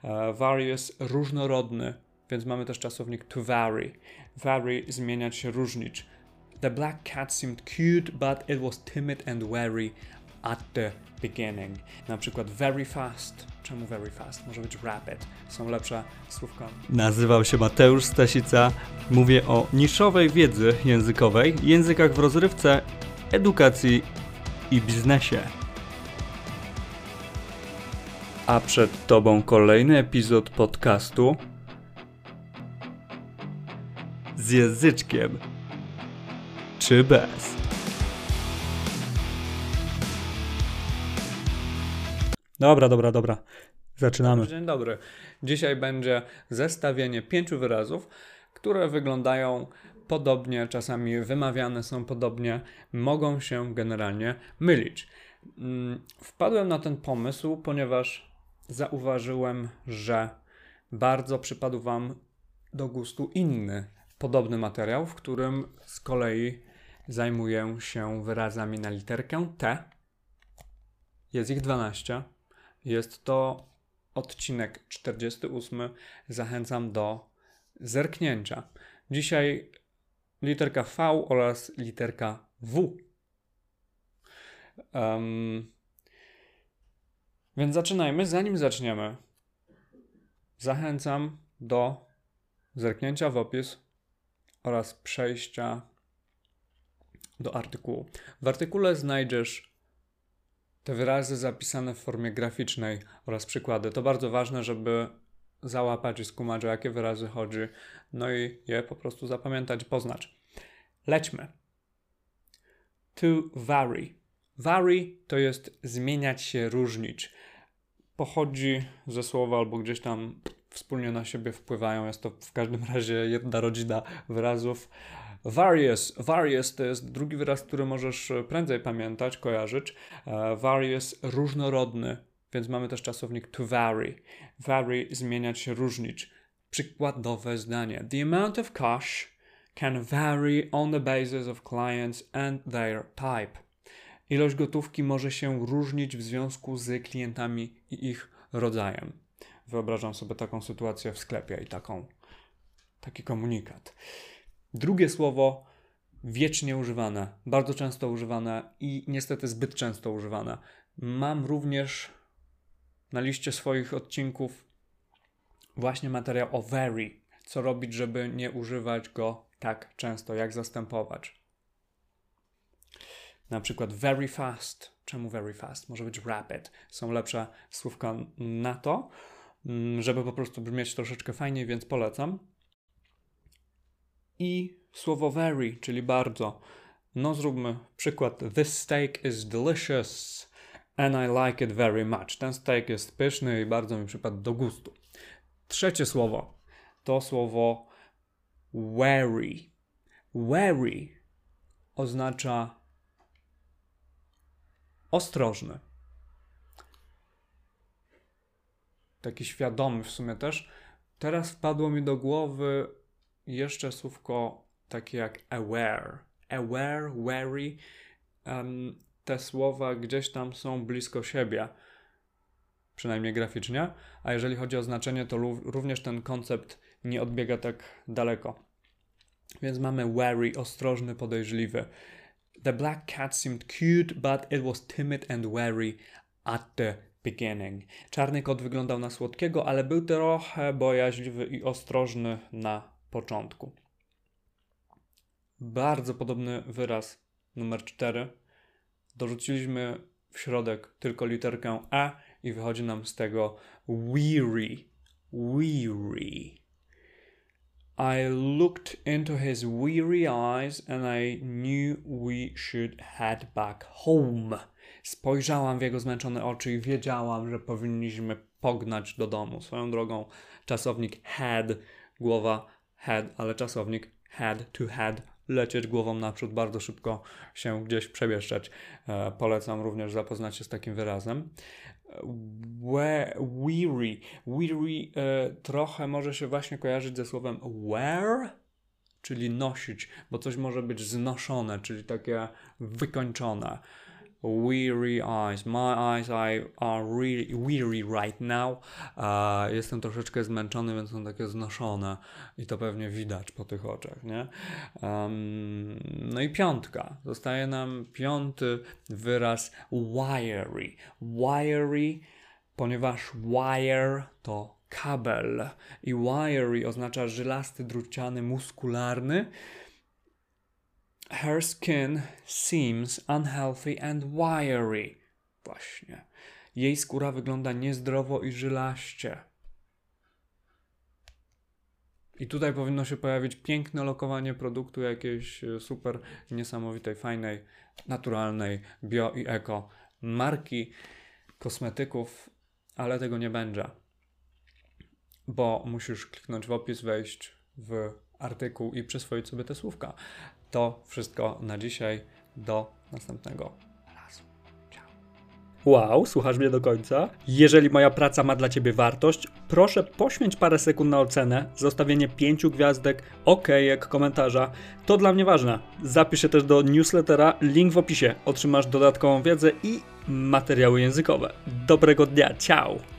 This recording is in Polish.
Various, różnorodny, więc mamy też czasownik to vary. Vary, zmieniać się, różnić. The black cat seemed cute, but it was timid and wary at the beginning. Na przykład very fast. Czemu very fast? Może być rapid. Są lepsze słówka. Nazywam się Mateusz Stasica. Mówię o niszowej wiedzy językowej, językach w rozrywce, edukacji i biznesie. A przed Tobą kolejny epizod podcastu z języczkiem czy bez. Dobra. Zaczynamy. Dzień dobry. Dzisiaj będzie zestawienie 5 wyrazów, które wyglądają podobnie, czasami wymawiane są podobnie, mogą się generalnie mylić. Wpadłem na ten pomysł, ponieważ zauważyłem, że bardzo przypadł Wam do gustu inny, podobny materiał, w którym z kolei zajmuję się wyrazami na literkę T. Jest ich 12. Jest to odcinek 48. Zachęcam do zerknięcia. Dzisiaj literka V oraz literka W. Więc zaczynajmy. Zanim zaczniemy, zachęcam do zerknięcia w opis oraz przejścia do artykułu. W artykule znajdziesz te wyrazy zapisane w formie graficznej oraz przykłady. To bardzo ważne, żeby załapać i skumać, o jakie wyrazy chodzi, no i je po prostu zapamiętać, poznać. Lećmy. To vary. Vary to jest zmieniać się, różnić. Pochodzi ze słowa albo gdzieś tam wspólnie na siebie wpływają. Jest to w każdym razie jedna rodzina wyrazów. Various to jest drugi wyraz, który możesz prędzej pamiętać, kojarzyć. Various, różnorodny, więc mamy też czasownik to vary. Vary, zmieniać się, różnić. Przykładowe zdanie. The amount of cash can vary on the basis of clients and their type. Ilość gotówki może się różnić w związku z klientami i ich rodzajem. Wyobrażam sobie taką sytuację w sklepie i taki komunikat. Drugie słowo wiecznie używane, bardzo często używane i niestety zbyt często używane. Mam również na liście swoich odcinków właśnie materiał o vary. Co robić, żeby nie używać go tak często, jak zastępować. Na przykład very fast. Czemu very fast? Może być rapid. Są lepsze słówka na to, żeby po prostu brzmieć troszeczkę fajniej, więc polecam. I słowo very, czyli bardzo. No zróbmy przykład. This steak is delicious and I like it very much. Ten steak jest pyszny i bardzo mi przypadł do gustu. Trzecie słowo to słowo wary. Wary oznacza ostrożny. Taki świadomy w sumie też. Teraz wpadło mi do głowy jeszcze słówko takie jak aware. Aware, wary. Te słowa gdzieś tam są blisko siebie. Przynajmniej graficznie. A jeżeli chodzi o znaczenie, to również ten koncept nie odbiega tak daleko. Więc mamy wary, ostrożny, podejrzliwy. The black cat seemed cute, but it was timid and wary at the beginning. Czarny kot wyglądał na słodkiego, ale był trochę bojaźliwy i ostrożny na początku. Bardzo podobny wyraz numer 4. Dorzuciliśmy w środek tylko literkę E i wychodzi nam z tego weary. Weary. I looked into his weary eyes and I knew we should head back home. Spojrzałam w jego zmęczone oczy i wiedziałam, że powinniśmy pognać do domu. Swoją drogą czasownik head, głowa head, ale czasownik head to head, lecieć głową naprzód, bardzo szybko się gdzieś przemieszczać. Polecam również zapoznać się z takim wyrazem. Weary. Weary trochę może się właśnie kojarzyć ze słowem wear, czyli nosić, bo coś może być znoszone, czyli takie wykończone. weary eyes. My eyes are really weary right now. Jestem troszeczkę zmęczony, więc są takie znoszone i to pewnie widać po tych oczach, nie? No i piątka. Zostaje nam piąty wyraz wiry. Wiry, ponieważ wire to kabel i wiry oznacza żylasty, druciany, muskularny. Her skin seems unhealthy and wiry. Właśnie. Jej skóra wygląda niezdrowo i żylaście. I tutaj powinno się pojawić piękne lokowanie produktu jakiejś super, niesamowitej, fajnej, naturalnej, bio i eko marki kosmetyków, ale tego nie będzie. Bo musisz kliknąć w opis, wejść w artykuł i przyswoić sobie te słówka. To wszystko na dzisiaj. Do następnego razu. Ciao. Wow, słuchasz mnie do końca? Jeżeli moja praca ma dla Ciebie wartość, proszę poświęć parę sekund na ocenę, zostawienie 5 gwiazdek, okejek, komentarza. To dla mnie ważne. Zapisz się też do newslettera, link w opisie. Otrzymasz dodatkową wiedzę i materiały językowe. Dobrego dnia, ciao!